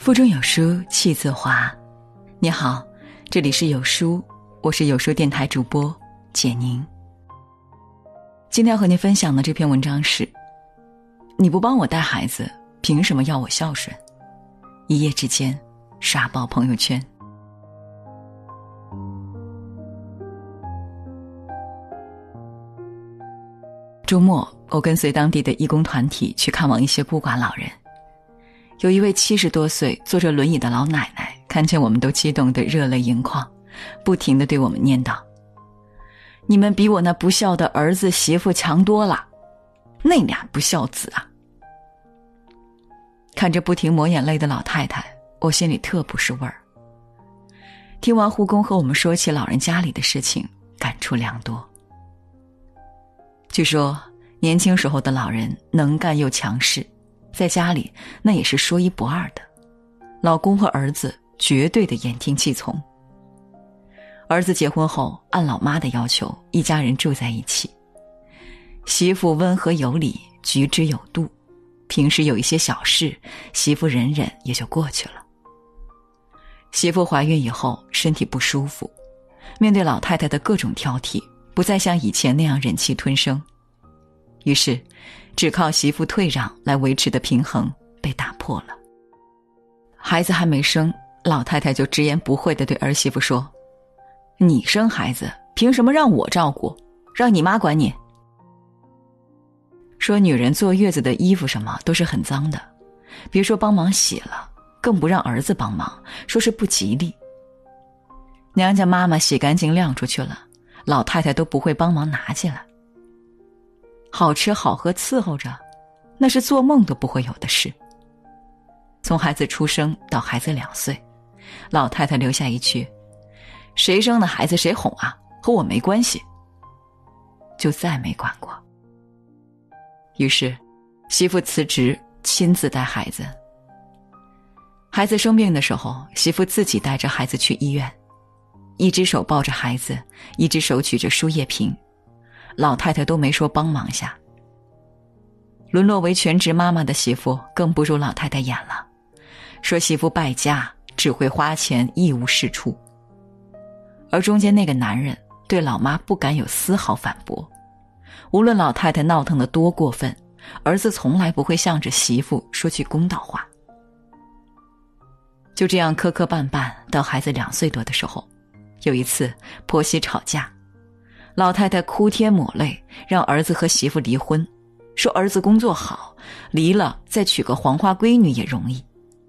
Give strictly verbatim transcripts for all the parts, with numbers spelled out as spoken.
腹中有书气自华。你好，这里是有书，我是有书电台主播简宁。今天要和您分享的这篇文章是：你不帮我带孩子，凭什么要我孝顺？一夜之间刷爆朋友圈。周末我跟随当地的义工团体去看望一些孤寡老人，有一位七十多岁坐着轮椅的老奶奶，看见我们都激动得热泪盈眶，不停地对我们念叨：你们比我那不孝的儿子媳妇强多了，那俩不孝子啊！看着不停抹眼泪的老太太，我心里特不是味儿。听完护工和我们说起老人家里的事情，感触良多。据说年轻时候的老人能干又强势，在家里那也是说一不二的，老公和儿子绝对的言听计从。儿子结婚后按老妈的要求，一家人住在一起，媳妇温和有礼，举止有度，平时有一些小事，媳妇忍忍也就过去了。媳妇怀孕以后身体不舒服，面对老太太的各种挑剔，不再像以前那样忍气吞声，于是只靠媳妇退让来维持的平衡被打破了。孩子还没生，老太太就直言不讳地对儿媳妇说：你生孩子凭什么让我照顾，让你妈管你？说女人坐月子的衣服什么都是很脏的，别说帮忙洗了，更不让儿子帮忙，说是不吉利。娘家妈妈洗干净晾出去了，老太太都不会帮忙拿进来。好吃好喝伺候着，那是做梦都不会有的事。从孩子出生到孩子两岁，老太太留下一句：谁生的孩子谁哄啊，和我没关系，就再没管过。于是媳妇辞职，亲自带孩子。孩子生病的时候，媳妇自己带着孩子去医院，一只手抱着孩子，一只手举着输液瓶，老太太都没说帮忙下。沦落为全职妈妈的媳妇更不入老太太眼了，说媳妇败家，只会花钱，一无是处。而中间那个男人对老妈不敢有丝毫反驳，无论老太太闹腾得多过分，儿子从来不会向着媳妇说句公道话。就这样磕磕绊绊到孩子两岁多的时候，有一次婆媳吵架，老太太哭天抹泪，让儿子和媳妇离婚，说儿子工作好，离了再娶个黄花闺女也容易。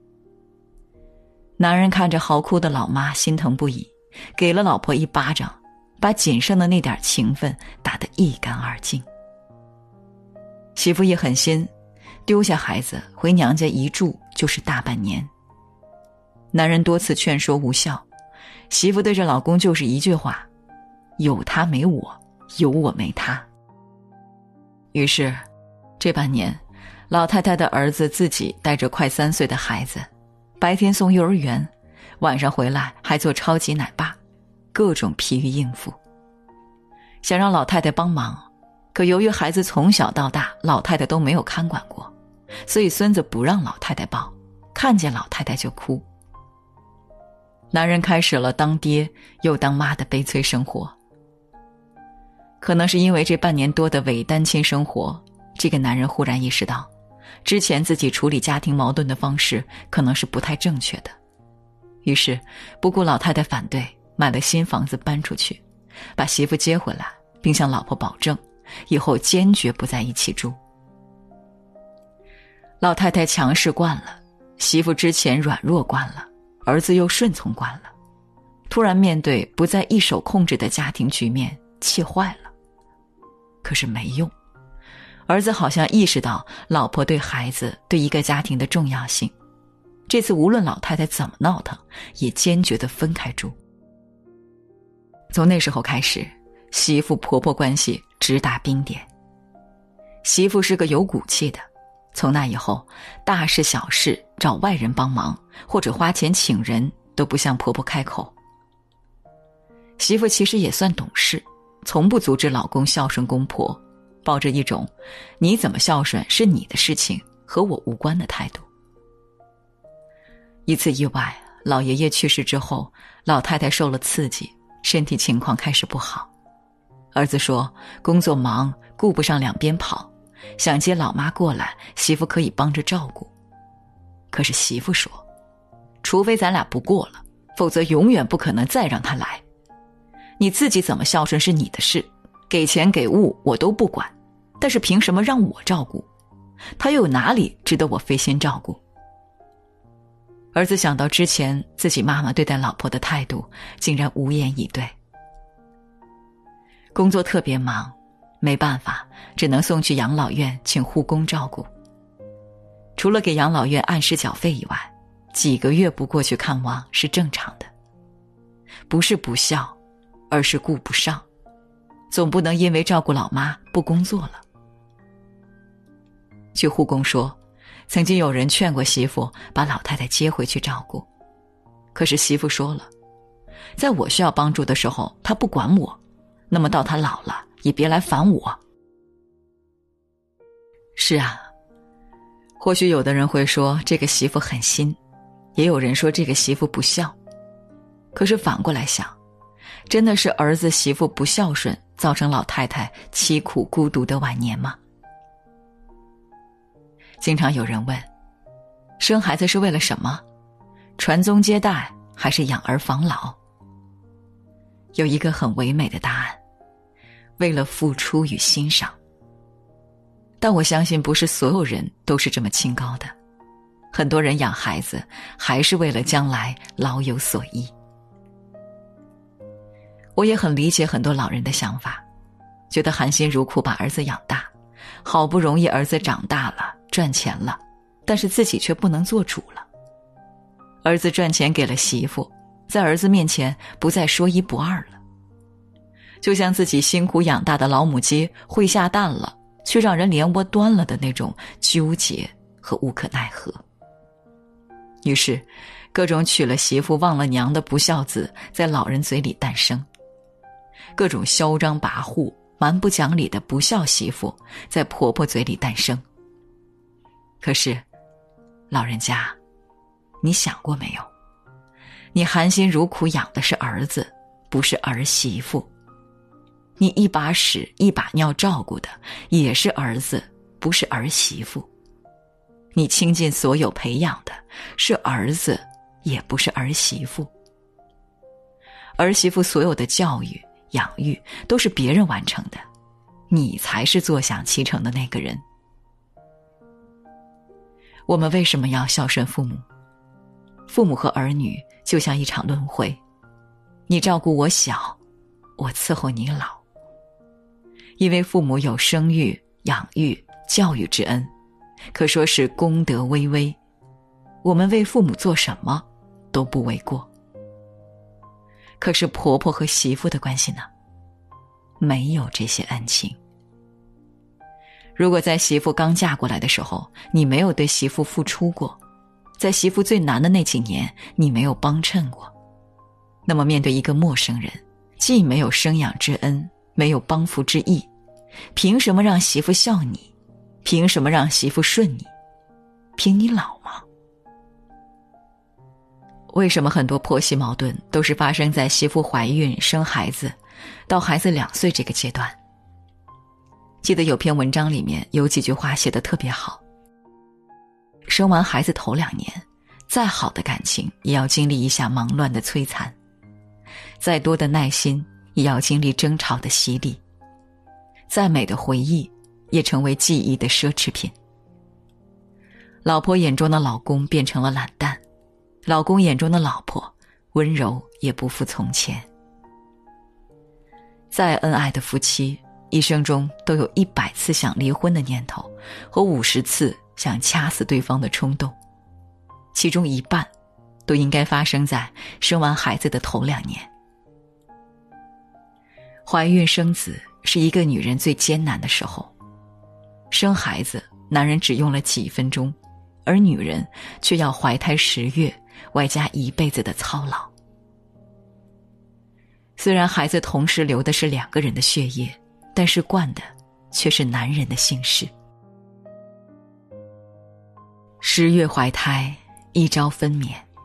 男人看着嚎哭的老妈心疼不已，给了老婆一巴掌，把仅剩的那点情分打得一干二净。媳妇一狠心，丢下孩子回娘家一住就是大半年。男人多次劝说无效，媳妇对着老公就是一句话：有他没我，有我没他。于是这半年，老太太的儿子自己带着快三岁的孩子，白天送幼儿园，晚上回来还做超级奶爸，各种疲于应付。想让老太太帮忙，可由于孩子从小到大老太太都没有看管过，所以孙子不让老太太抱，看见老太太就哭。男人开始了当爹又当妈的悲催生活。可能是因为这半年多的伪单亲生活，这个男人忽然意识到，之前自己处理家庭矛盾的方式可能是不太正确的。于是不顾老太太反对，买了新房子搬出去，把媳妇接回来，并向老婆保证以后坚决不在一起住。老太太强势惯了，媳妇之前软弱惯了，儿子又顺从惯了，突然面对不再一手控制的家庭局面，气坏了。可是没用，儿子好像意识到老婆对孩子对一个家庭的重要性，这次无论老太太怎么闹腾，也坚决地分开住。从那时候开始，媳妇婆婆关系直达冰点。媳妇是个有骨气的，从那以后，大事小事找外人帮忙或者花钱请人都不向婆婆开口。媳妇其实也算懂事，从不阻止老公孝顺公婆，抱着一种你怎么孝顺是你的事情，和我无关的态度。 一次意外，老爷爷去世之后，老太太受了刺激，身体情况开始不好。儿子说工作忙，顾不上两边跑，想接老妈过来，媳妇可以帮着照顾。可是媳妇说，除非咱俩不过了，否则永远不可能再让她来。你自己怎么孝顺是你的事，给钱给物我都不管，但是凭什么让我照顾？他又有哪里值得我费心照顾？儿子想到之前自己妈妈对待老婆的态度，竟然无言以对。工作特别忙，没办法，只能送去养老院请护工照顾。除了给养老院按时缴费以外，几个月不过去看望是正常的。不是不孝，而是顾不上，总不能因为照顾老妈不工作了。据护工说，曾经有人劝过媳妇把老太太接回去照顾，可是媳妇说了，在我需要帮助的时候她不管我，那么到她老了也别来烦我。是啊，或许有的人会说这个媳妇狠心，也有人说这个媳妇不孝。可是反过来想，真的是儿子媳妇不孝顺造成老太太凄苦孤独的晚年吗？经常有人问，生孩子是为了什么？传宗接代还是养儿防老？有一个很唯美的答案，为了付出与欣赏。但我相信不是所有人都是这么清高的，很多人养孩子还是为了将来老有所依。我也很理解很多老人的想法，觉得含辛茹苦把儿子养大，好不容易儿子长大了赚钱了，但是自己却不能做主了。儿子赚钱给了媳妇，在儿子面前不再说一不二了。就像自己辛苦养大的老母鸡会下蛋了，却让人连窝端了的那种纠结和无可奈何。于是各种娶了媳妇忘了娘的不孝子在老人嘴里诞生，各种嚣张跋扈蛮不讲理的不孝媳妇在婆婆嘴里诞生。可是老人家，你想过没有，你含辛茹苦养的是儿子，不是儿媳妇。你一把屎一把尿照顾的也是儿子，不是儿媳妇。你倾尽所有培养的是儿子，也不是儿媳妇。儿媳妇所有的教育养育都是别人完成的，你才是坐享其成的那个人。我们为什么要孝顺父母？父母和儿女就像一场轮回，你照顾我小，我伺候你老。因为父母有生育、养育、教育之恩，可说是功德巍巍，我们为父母做什么都不为过。可是婆婆和媳妇的关系呢？没有这些恩情。如果在媳妇刚嫁过来的时候，你没有对媳妇付出过，在媳妇最难的那几年你没有帮衬过，那么面对一个陌生人，既没有生养之恩，没有帮扶之意，凭什么让媳妇孝你？凭什么让媳妇顺你？凭你老吗？为什么很多婆媳矛盾都是发生在媳妇怀孕生孩子到孩子两岁这个阶段？记得有篇文章里面有几句话写得特别好，生完孩子头两年，再好的感情也要经历一下忙乱的摧残，再多的耐心也要经历争吵的洗礼，再美的回忆也成为记忆的奢侈品。老婆眼中的老公变成了懒蛋，老公眼中的老婆温柔也不复从前。再恩爱的夫妻，一生中都有一百次想离婚的念头和五十次想掐死对方的冲动，其中一半都应该发生在生完孩子的头两年。怀孕生子是一个女人最艰难的时候，生孩子男人只用了几分钟，而女人却要怀胎十月，外加一辈子的操劳。虽然孩子同时流的是两个人的血液，但是惯的却是男人的姓氏。十月怀胎，一朝分娩，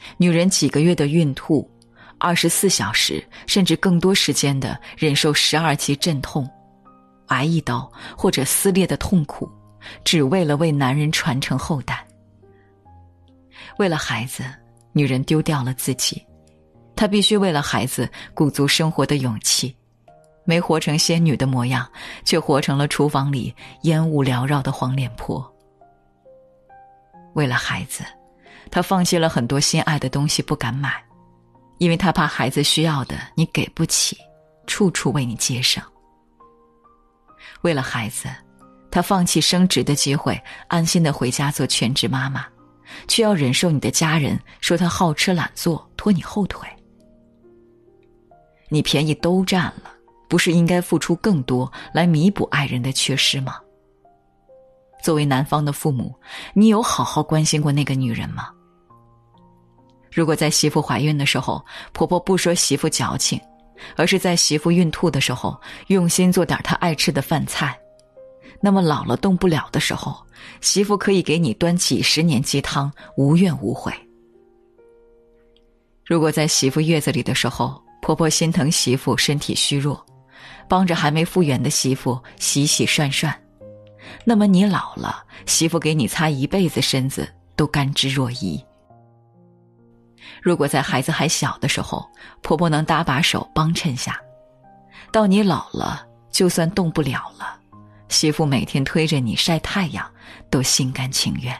女人几个月的孕吐，二十四小时甚至更多时间的忍受十二级阵痛，挨一刀或者撕裂的痛苦，只为了为男人传承后代。为了孩子，女人丢掉了自己，她必须为了孩子鼓足生活的勇气，没活成仙女的模样，却活成了厨房里烟雾缭绕的黄脸婆。为了孩子，她放弃了很多心爱的东西不敢买，因为她怕孩子需要的你给不起，处处为你节省。为了孩子，她放弃升职的机会，安心地回家做全职妈妈，却要忍受你的家人说她好吃懒做，拖你后腿。你便宜都占了，不是应该付出更多来弥补爱人的缺失吗？作为男方的父母，你有好好关心过那个女人吗？如果在媳妇怀孕的时候，婆婆不说媳妇矫情，而是在媳妇孕吐的时候用心做点她爱吃的饭菜，那么老了动不了的时候，媳妇可以给你端几十年鸡汤，无怨无悔。如果在媳妇月子里的时候，婆婆心疼媳妇身体虚弱，帮着还没复原的媳妇洗洗涮涮，那么你老了，媳妇给你擦一辈子身子都甘之若饴。如果在孩子还小的时候，婆婆能搭把手帮衬下，到你老了，就算动不了了，媳妇每天推着你晒太阳，都心甘情愿。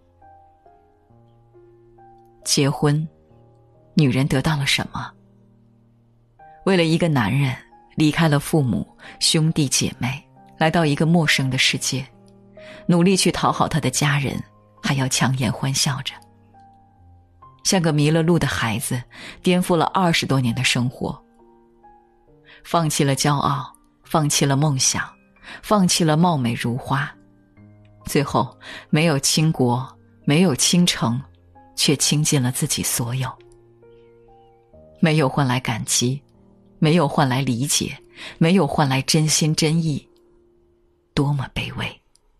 结婚，女人得到了什么？为了一个男人，离开了父母、兄弟姐妹，来到一个陌生的世界，努力去讨好他的家人，还要强颜欢笑着，像个迷了路的孩子，颠覆了二十多年的生活。放弃了骄傲，放弃了梦想，放弃了貌美如花，最后没有倾国，没有倾城，却倾尽了自己所有。没有换来感激，没有换来理解，没有换来真心真意，多么卑微。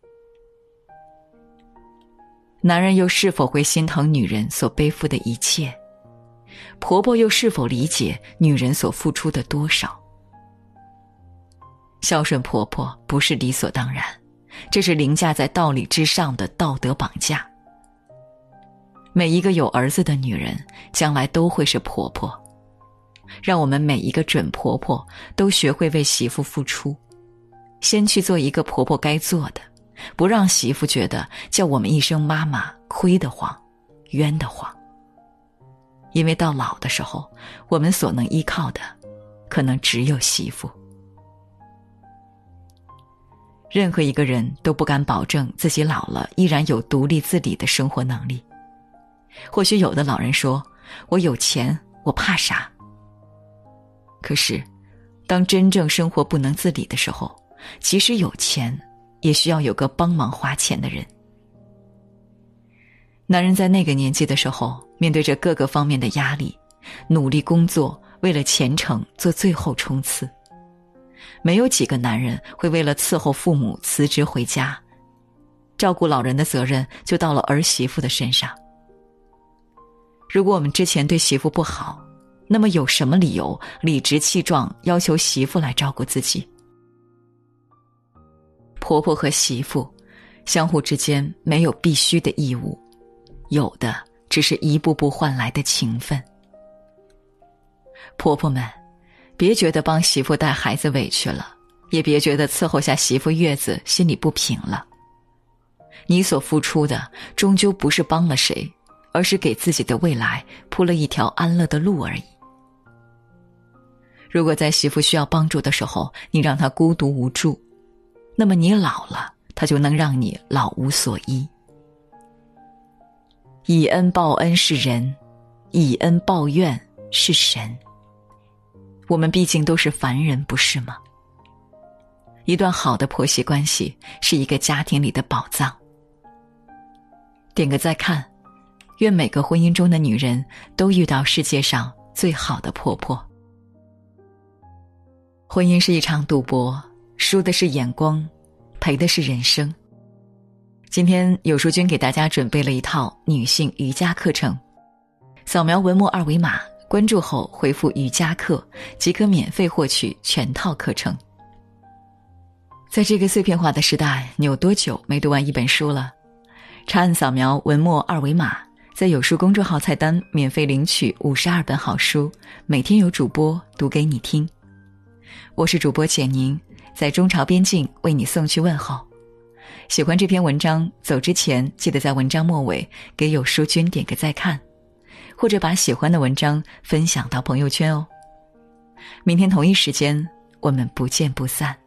男人又是否会心疼女人所背负的一切？婆婆又是否理解女人所付出的多少？孝顺婆婆不是理所当然，这是凌驾在道理之上的道德绑架。每一个有儿子的女人，将来都会是婆婆。让我们每一个准婆婆都学会为媳妇付出，先去做一个婆婆该做的，不让媳妇觉得叫我们一声妈妈亏得慌，冤得慌。因为到老的时候，我们所能依靠的可能只有媳妇。任何一个人都不敢保证自己老了依然有独立自理的生活能力。或许有的老人说，我有钱，我怕啥？可是当真正生活不能自理的时候，即使有钱，也需要有个帮忙花钱的人。男人在那个年纪的时候，面对着各个方面的压力，努力工作，为了前程做最后冲刺。没有几个男人会为了伺候父母辞职回家，照顾老人的责任就到了儿媳妇的身上。如果我们之前对媳妇不好，那么有什么理由理直气壮要求媳妇来照顾自己？婆婆和媳妇相互之间没有必须的义务，有的只是一步步换来的情分。婆婆们，别觉得帮媳妇带孩子委屈了，也别觉得伺候下媳妇月子心里不平了。你所付出的终究不是帮了谁，而是给自己的未来铺了一条安乐的路而已。如果在媳妇需要帮助的时候，你让她孤独无助，那么你老了，她就能让你老无所依。以恩报恩是人，以恩报怨是神。我们毕竟都是凡人，不是吗？一段好的婆媳关系是一个家庭里的宝藏。点个再看，愿每个婚姻中的女人都遇到世界上最好的婆婆。婚姻是一场赌博，输的是眼光，赔的是人生。今天有书君给大家准备了一套女性瑜伽课程， 扫描文末二维码，关注后回复瑜伽课，即可免费获取全套课程。在这个碎片化的时代，你有多久没读完一本书了？长按扫描文末二维码，在有书公众号菜单免费领取五十二本好书，每天有主播读给你听。我是主播简宁，在中朝边境为你送去问候。喜欢这篇文章，走之前记得在文章末尾给有书君点个再看，或者把喜欢的文章分享到朋友圈哦。明天同一时间，我们不见不散。